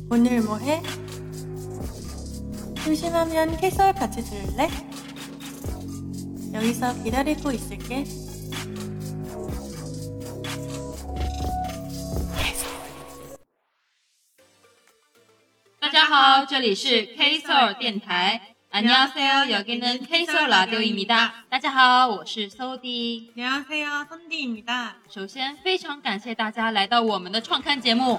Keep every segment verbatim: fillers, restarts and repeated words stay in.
오늘 뭐해? 심심하면 캐서울 같이 들을래? 여기서 기다리고 있을게. 大家好，这里是 K-Soul 电台。안녕하세요， 여기는 K-Soul 라디오입니다。大家好，我是 Sody。 안녕하세요， 선디입니다。 首先，非常感谢大家来到我们的创刊节目。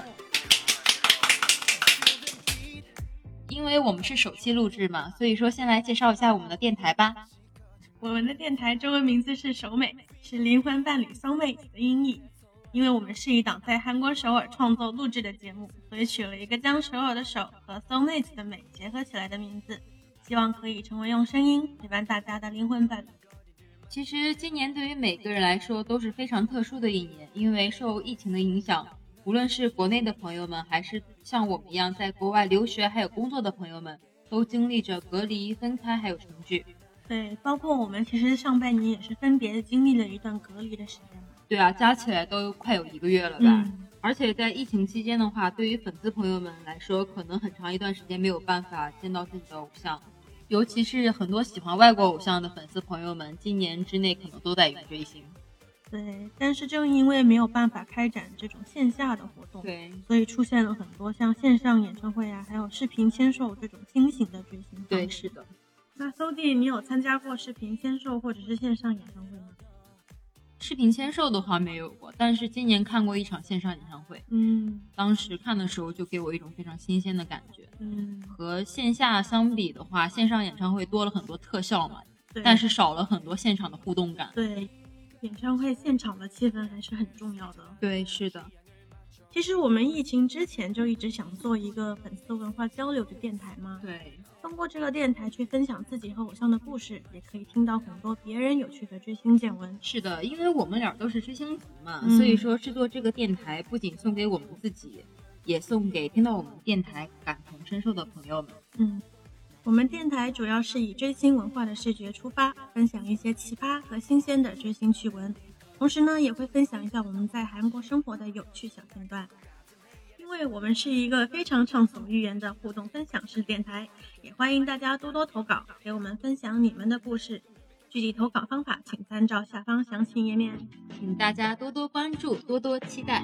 因为我们是首期录制嘛，所以说先来介绍一下我们的电台吧。 我们的电台中文名字是首美，是灵魂伴侣 soulmate 的音译。因为我们是一档在韩国首尔创作录制的节目，所以取了一个将首尔的首和 soulmate 的美结合起来的名字，希望可以成为用声音陪伴大家的灵魂伴侣。 其实今年对于每个人来说都是非常特殊的一年，因为受疫情的影响，无论是国内的朋友们，还是像我们一样在国外留学还有工作的朋友们，都经历着隔离、分开还有重聚。 对，包括我们其实上半年也是分别经历了一段隔离的时间。 对啊，加起来都快有一个月了吧、嗯、而且在疫情期间的话，对于粉丝朋友们来说，可能很长一段时间没有办法见到自己的偶像，尤其是很多喜欢外国偶像的粉丝朋友们，今年之内可能都在云追星。 对，但是正因为没有办法开展这种线下的活动， 对， 所以出现了很多像线上演唱会啊，还有视频签售这种新型的追星。 对，是的。 那 Sody， 你有参加过视频签售或者是线上演唱会吗？ 视频签售的话没有过，但是今年看过一场线上演唱会。 嗯， 当时看的时候就给我一种非常新鲜的感觉。 嗯， 和线下相比的话，线上演唱会多了很多特效嘛，但是少了很多现场的互动感。 对，演唱会现场的气氛还是很重要的。 对，是的。 其实我们疫情之前就一直想做一个粉丝文化交流的电台嘛。 对， 通过这个电台去分享自己和偶像的故事，也可以听到很多别人有趣的追星见闻。 是的，因为我们俩都是追星族嘛、嗯、所以说制作这个电台不仅送给我们自己，也送给听到我们电台感同身受的朋友们。 嗯，我们电台主要是以追星文化的视觉出发，分享一些奇葩和新鲜的追星趣闻，同时呢也会分享一下我们在韩国生活的有趣小片段。因为我们是一个非常畅所欲言的互动分享式电台，也欢迎大家多多投稿给我们分享你们的故事。具体投稿方法请参照下方详情页面， 请大家多多关注，多多期待。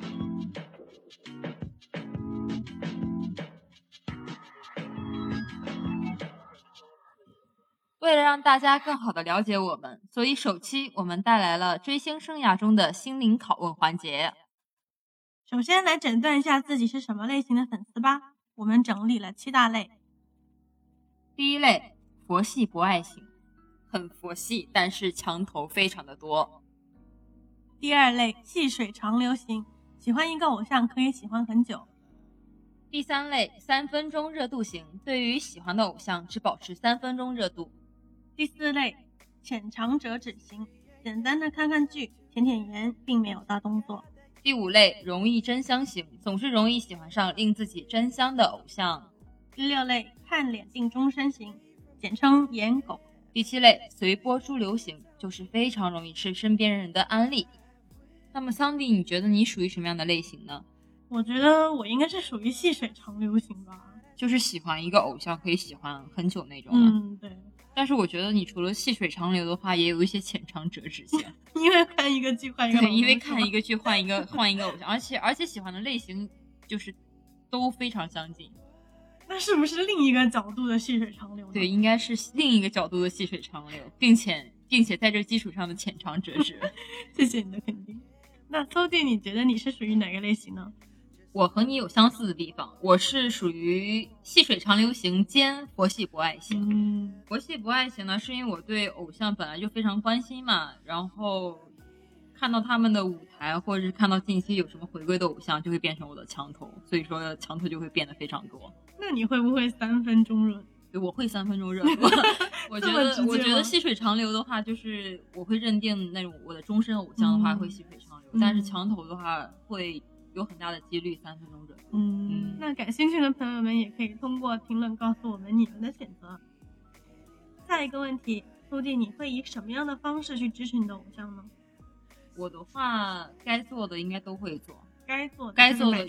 为了让大家更好的了解我们，所以首期我们带来了追星生涯中的心灵拷问环节。 首先来诊断一下自己是什么类型的粉丝吧，我们整理了七大类。 第一类，佛系不爱型，很佛系，但是墙头非常的多。 第二类，细水长流型，喜欢一个偶像可以喜欢很久。 第三类，三分钟热度型，对于喜欢的偶像只保持三分钟热度。 第四类，浅尝辄止型，简单的看看剧，舔舔颜，并没有大动作。 第五类，容易真香型，总是容易喜欢上令自己真香的偶像。 第六类，看脸定终身型，简称颜狗。 第七类，随波逐流型，就是非常容易吃身边人的安利。那么桑迪，你觉得你属于什么样的类型呢？ 我觉得我应该是属于细水长流型吧， 就是喜欢一个偶像可以喜欢很久那种的。 嗯，对。 但是我觉得你除了细水长流的话，也有一些浅尝辄止型。 因为看一个剧换一个偶像， 对，因为看一个剧换一个换一个偶像，而且而且喜欢的类型就是都非常相近。 那是不是另一个角度的细水长流呢？ 对，应该是另一个角度的细水长流，并且并且在这基础上的浅尝辄止。 谢谢你的肯定。那 Sody， 你觉得你是属于哪个类型呢？ 我和你有相似的地方，我是属于细水长流型兼佛系不爱型。 嗯， 佛系不爱型呢，是因为我对偶像本来就非常关心嘛，然后看到他们的舞台，或者是看到近期有什么回归的偶像，就会变成我的墙头，所以说墙头就会变得非常多。 那你会不会三分钟热？ 对，我会三分钟热度。我觉得我觉得细水长流的话，就是我会认定那种我的终身偶像的话、嗯、会细水长流、嗯、但是墙头的话会有很大的几率三分钟热度。 嗯, 嗯，那感兴趣的朋友们也可以通过评论告诉我们你们的选择。下一个问题，Sody，你会以什么样的方式去支持你的偶像呢？ 我的话，该做的应该都会做。 该做的该做的买专辑，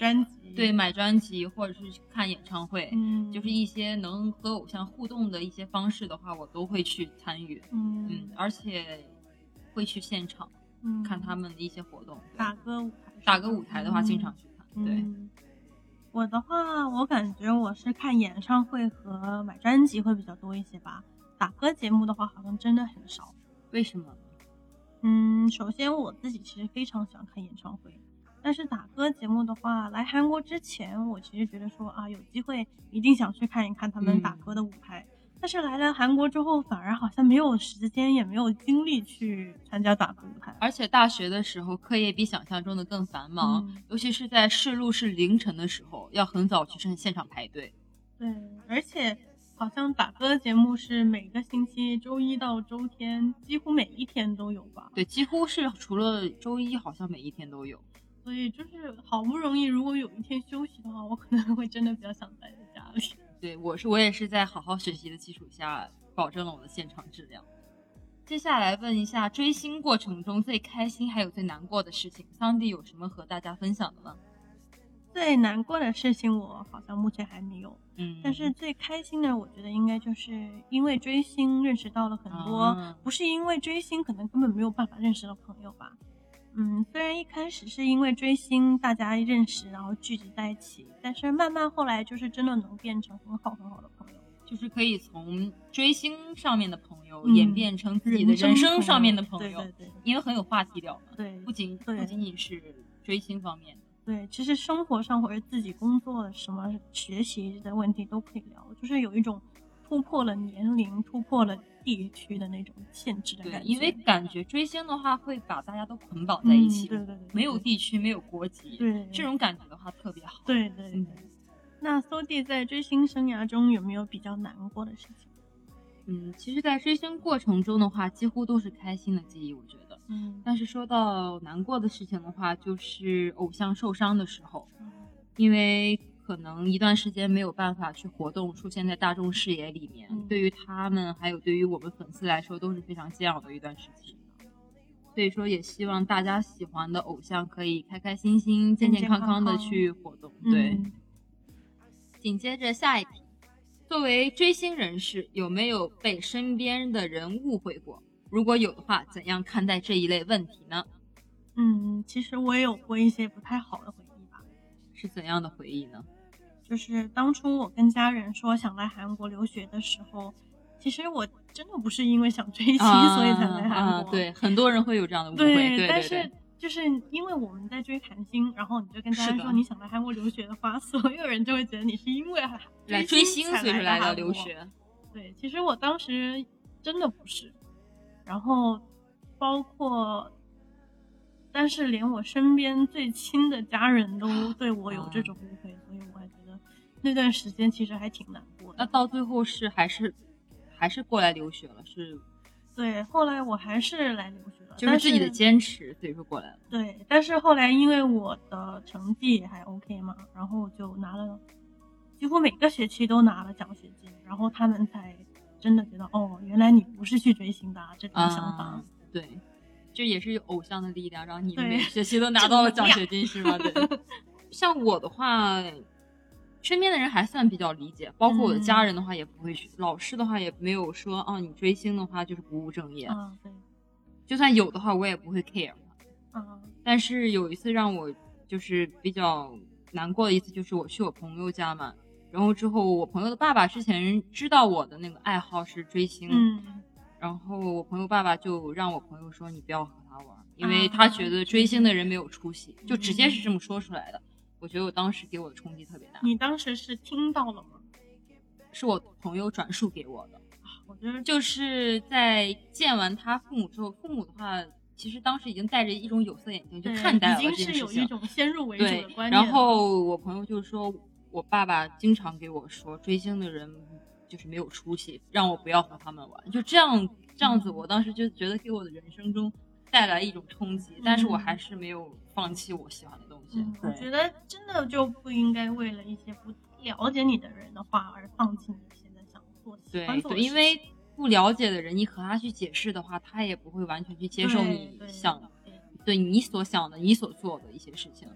辑， 对，买专辑或者是看演唱会， 嗯， 就是一些能和偶像互动的一些方式的话，我都会去参与， 嗯嗯，而且会去现场、 嗯、 看他们的一些活动， 打歌舞台， 打歌舞台的话，经常去看， 嗯、 对。 嗯，我的话，我感觉我是看演唱会和买专辑会比较多一些吧。打歌节目的话，好像真的很少。 为什么？ 嗯，首先我自己其实非常喜欢看演唱会，但是打歌节目的话，来韩国之前，我其实觉得说啊，有机会一定想去看一看他们打歌的舞台。嗯，但是来了韩国之后，反而好像没有时间，也没有精力去参加打歌舞台。 而且大学的时候，课业比想象中的更繁忙，嗯、尤其是在试录是凌晨的时候，要很早去上现场排队。 对，而且好像打歌节目是每个星期周一到周天，几乎每一天都有吧？ 对，几乎是除了周一，好像每一天都有。 所以就是好不容易，如果有一天休息的话，我可能会真的比较想待在家里。 对，我是我也是在好好学习的基础下，保证了我的现场质量。接下来问一下，追星过程中最开心还有最难过的事情，桑迪有什么和大家分享的吗？ 最难过的事情我好像目前还没有， 嗯， 但是最开心的，我觉得应该就是因为追星认识到了很多， 啊、 不是因为追星可能根本没有办法认识到朋友吧。嗯，虽然一开始是因为追星大家认识然后聚集在一起，但是慢慢后来就是真的能变成很好很好的朋友， 就是可以从追星上面的朋友、嗯、演变成自己的人生上面的朋友， 对对对， 因为很有话题聊嘛， 对， 不仅不仅仅是追星方面的， 对，其实生活上或者自己工作什么学习的问题都可以聊，就是有一种突破了年龄、突破了地区的那种限制的感觉。 对，因为感觉追星的话会把大家都捆绑在一起， 嗯、对, 对, 对, 对， 没有地区，没有国籍， 对， 这种感觉的话特别好。 对对对。嗯、那搜弟在追星生涯中有没有比较难过的事情？ 嗯，其实，在追星过程中的话，几乎都是开心的记忆，我觉得。 嗯， 但是说到难过的事情的话，就是偶像受伤的时候， 嗯、 因为可能一段时间没有办法去活动，出现在大众视野里面， 嗯、 对于他们还有对于我们粉丝来说都是非常煎熬的一段时期。所以说，也希望大家喜欢的偶像可以开开心心、健健康康的去活动。 嗯、 对。紧接着下一题。作为追星人士，有没有被身边的人误会过？如果有的话，怎样看待这一类问题呢？ 嗯，其实我也有过一些不太好的回忆吧。 是怎样的回忆呢？ 就是当初我跟家人说想来韩国留学的时候，其实我真的不是因为想追星、啊、所以才来韩国、 啊。对，很多人会有这样的误会。 对， 对对对， 但是就是因为我们在追韩星，然后你就跟家人说你想来韩国留学的话，所有人就会觉得你是因为来追星所以来了留学。 对，其实我当时真的不是，然后包括，但是连我身边最亲的家人都对我有这种误会，啊、所以我还觉得那段时间其实还挺难过的。 那到最后是还是还是过来留学了？是。 对，后来我还是来留学了， 就是自己的坚持，所以说过来了。 对，但是后来因为我的成绩还 OK 嘛，然后就拿了，几乎每个学期都拿了奖学金，然后他们才真的觉得哦，原来你不是去追星的、啊、这种想法、 啊。对，这也是有偶像的力量，让你每学期都拿到了奖学金，是吗？对。像我的话，身边的人还算比较理解，包括我的家人的话也不会去、嗯、老师的话也没有说哦，你追星的话就是不务正业、 啊、对， 就算有的话我也不会 care、 啊、 但是有一次让我就是比较难过的一次，就是我去我朋友家嘛，然后之后我朋友的爸爸之前知道我的那个爱好是追星、 嗯、 然后我朋友爸爸就让我朋友说你不要和他玩，因为他觉得追星的人没有出息、啊、就直接是这么说出来的、嗯，我觉得我当时给我的冲击特别大。 你当时是听到了吗？ 是我朋友转述给我的。 我觉得就是在见完他父母之后，父母的话其实当时已经带着一种有色眼镜去看待了这件事情， 已经是有一种先入为主的观念。 然后我朋友就说，我爸爸经常给我说，追星的人就是没有出息，让我不要和他们玩。就这样这样子，我当时就觉得给我的人生中带来一种冲击、嗯、但是我还是没有放弃我喜欢的东西、 嗯、我觉得真的就不应该为了一些不了解你的人的话而放弃你现在想做喜欢做的事情。 对对，因为不了解的人你和他去解释的话，他也不会完全去接受你想 对, 对, 对你所想的你所做的一些事情。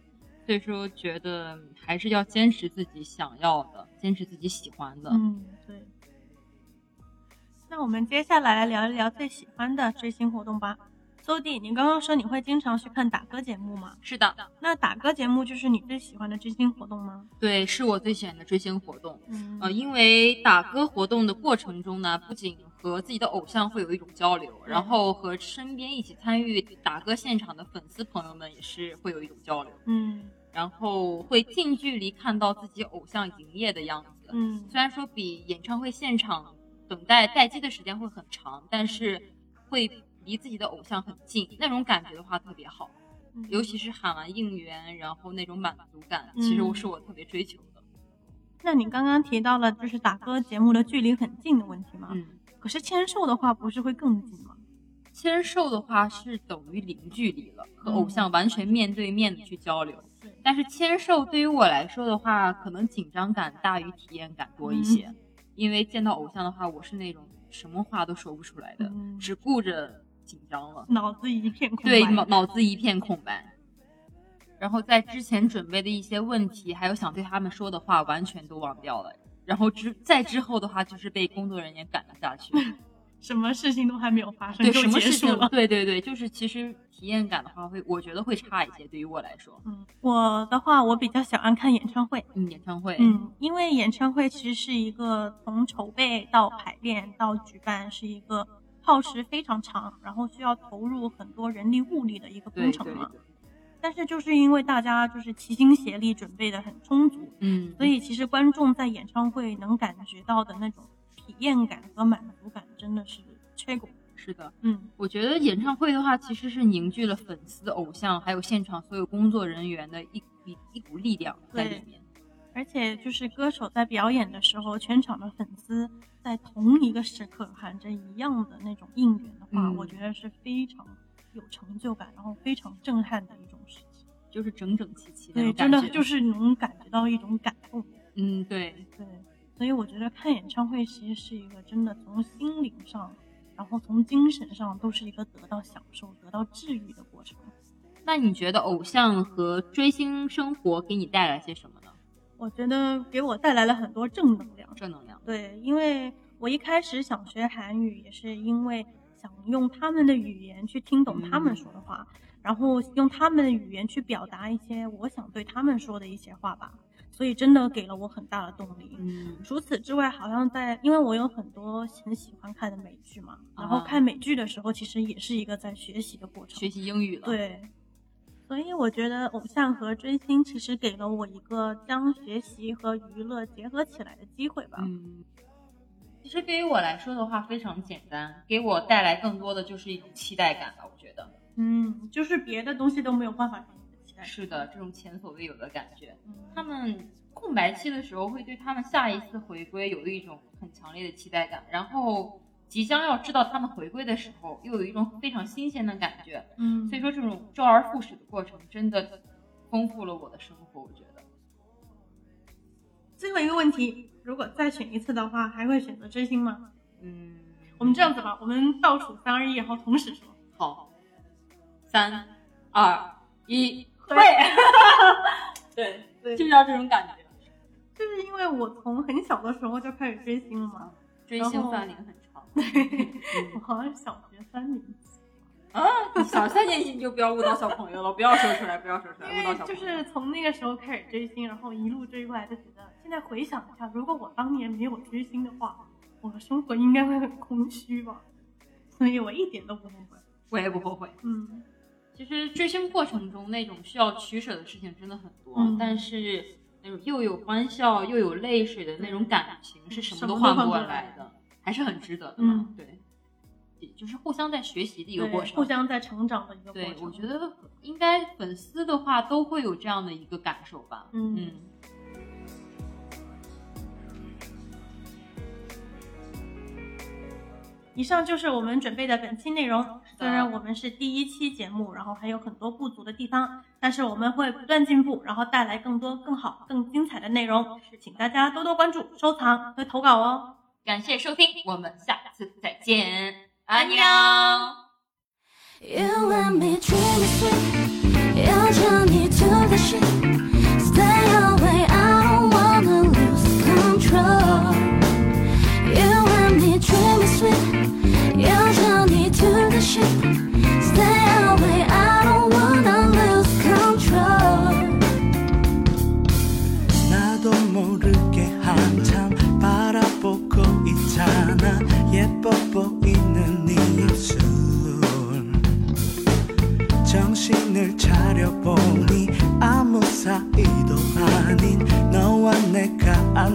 所以说觉得还是要坚持自己想要的，坚持自己喜欢的。 嗯，对。那我们接下来来聊一聊最喜欢的追星活动吧。苏弟，你刚刚说你会经常去看打歌节目吗？ 是的。 那打歌节目就是你最喜欢的追星活动吗？ 对，是我最喜欢的追星活动。 嗯、 呃，因为打歌活动的过程中呢，不仅和自己的偶像会有一种交流，然后和身边一起参与打歌现场的粉丝朋友们也是会有一种交流。 嗯， 然后会近距离看到自己偶像营业的样子。 嗯， 虽然说比演唱会现场等待待机的时间会很长，但是会离自己的偶像很近，那种感觉的话特别好。 嗯、 尤其是喊完应援，然后那种满足感，其实我是我特别追求的。 嗯、那你刚刚提到了就是打歌节目的距离很近的问题吗？ 嗯， 可是签售的话不是会更近吗？ 签售的话是等于零距离了，和偶像完全面对面的去交流。 嗯、 但是签售对于我来说的话，可能紧张感大于体验感多一些。嗯、因为见到偶像的话，我是那种什么话都说不出来的， 嗯、 只顾着紧张了， 脑子一片空白。 对，脑脑子一片空白。然后在之前准备的一些问题，还有想对他们说的话，完全都忘掉了。然后之再之后的话，就是被工作人员赶了下去。 什么事情都还没有发生， 对， 就什么结束了。 对对对，就是其实体验感的话会，我觉得会差一些。对于我来说， 嗯，我的话，我比较喜欢看演唱会。 嗯，演唱会， 嗯，因为演唱会其实是一个从筹备到排练到举办，是一个耗时非常长，然后需要投入很多人力物力的一个工程嘛。 对对对。 但是就是因为大家就是齐心协力，准备的很充足， 嗯， 所以其实观众在演唱会能感觉到的那种体验感和满足感真的是최고。 是的， 嗯， 我觉得演唱会的话，其实是凝聚了粉丝、偶像还有现场所有工作人员的一一一股力量在里面。 而且就是歌手在表演的时候，全场的粉丝在同一个时刻喊着一样的那种应援的话， 嗯、 我觉得是非常有成就感，然后非常震撼的一种事情， 就是整整齐齐的对，真的就是能感觉到一种感动。 嗯，对对，所以我觉得看演唱会其实是一个真的从心灵上，然后从精神上都是一个得到享受、得到治愈的过程。 那你觉得偶像和追星生活给你带来些什么呢？ 我觉得给我带来了很多正能量。 正能量， 对，因为我一开始想学韩语，也是因为想用他们的语言去听懂他们说的话，嗯、然后用他们的语言去表达一些我想对他们说的一些话吧。所以真的给了我很大的动力。 嗯， 除此之外，好像在因为我有很多很喜欢看的美剧嘛，然后看美剧的时候，其实也是一个在学习的过程， 学习英语了。 对，所以我觉得偶像和追星其实给了我一个将学习和娱乐结合起来的机会吧。 嗯，其实对于我来说的话非常简单，给我带来更多的就是一种期待感吧，我觉得。 嗯，就是别的东西都没有办法给你的期待。 是的，这种前所未有的感觉。 嗯、 他们空白期的时候会对他们下一次回归有一种很强烈的期待感，然后即将要知道他们回归的时候又有一种非常新鲜的感觉。 嗯， 所以说这种周而复始的过程真的丰富了我的生活，我觉得。 最后一个问题，如果再选一次的话，还会选择追星吗？ 嗯， 我们这样子吧，我们倒数三二一，然后同时说。 好，三二一， 会。 对对，就是要这种感觉。 就是因为我从很小的时候就开始追星了嘛， 追星饭龄很长。 对，我好像小学三年级。 啊，你小三年级你就不要误导小朋友了，不要说出来，不要说出来，误导小朋友。 就是从那个时候开始追星，然后一路追过来，就觉得现在回想一下，如果我当年没有追星的话，我的生活应该会很空虚吧。所以我一点都不后悔。 我也不后悔。 嗯， 其实追星过程中那种需要取舍的事情真的很多， 嗯、 但是那种又有欢笑又有泪水的那种感情是什么都换不过来的，还是很值得的嘛。 嗯， 对。就是互相在学习的一个过程， 互相在成长的一个过程。 对，我觉得应该粉丝的话都会有这样的一个感受吧。 嗯嗯。 以上就是我们准备的本期内容。虽然我们是第一期节目，然后还有很多不足的地方，但是我们会不断进步，然后带来更多、更好、更精彩的内容。请大家多多关注、收藏和投稿哦。 感谢收听，我们下次再见。安妞 You let me dream it sweet 要将你 to the shit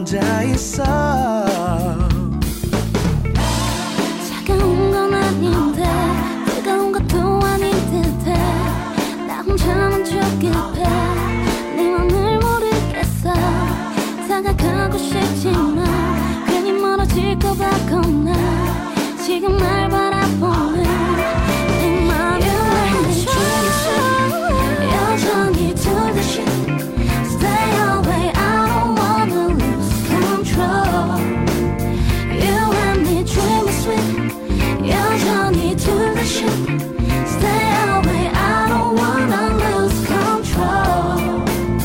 혼자 있어 차가운 건 아닌데 뜨거운 것도 아닌 듯해 나 혼자만 조급해 네 맘을 모르겠어 다가가고 싶지만 괜히 멀어질까봐 겁나 지금 날 바라보는 내 맘을 해줘 여전히 do the shit Stay away I don't wanna lose control You and me dream is sweet 여전히 do the shit Stay away I don't wanna lose control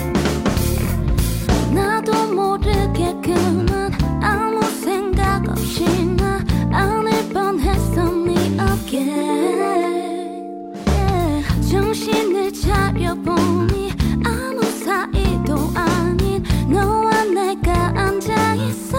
나도 모르게 그만 아무 생각 없이 나 안을 뻔했어 네 again yeah. 정신을 차려보니 아무 사이도 아닌 너와 내가 앉아있어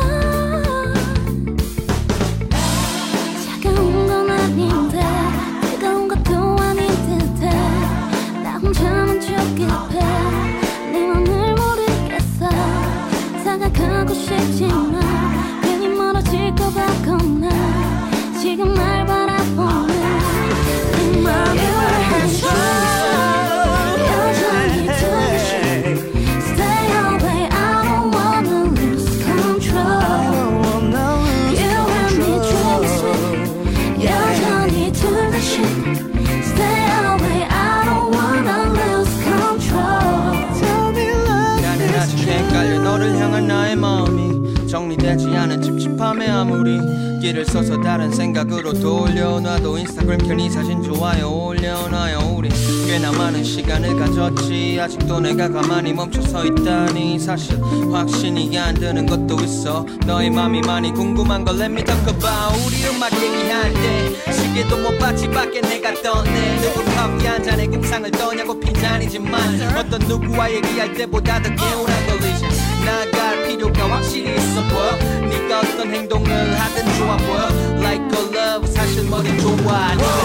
차가운 건 아닌데 뜨거운 것도 아닌 듯해 나 혼자만 조급해 네 맘을 모르겠어 다가가고 싶지만 괜히 멀어질까봐 겁나 지금 날 바라보는 네 맘을 해줘 여전히 do the shit Stay away I don't wanna lose control You and me dream is sweet 여전히 do the shit Stay away I don't wanna lose control 나는 아직 헷갈려 너를 향한 나의 마음이 정리되지 않은 찝찝함에 아무리 길을 서서 다른 생각으로 돌려놔도 인스타그램 켜니 사진 좋아요 올려놔요 우리 꽤나 많은 시간을 가졌지 아직도 내가 가만히 멈춰서 있다니 사실 확신이 안 드는 것도 있어 너의 맘이 많이 궁금한 걸 let me talk about 우리 음악 얘기할 때 시계도 못 봤지 밖에 내가 떠네 누구 커피 한 잔에 금상을 떠냐고 빈잔이지만 어떤 누구와 얘기할 때보다 더 개운한 걸리지 나갈 필요가 확실히 있어 보여 네가 어떤 행동을 하든 좋아 보여 Like or love 사실 뭐든 좋아 네가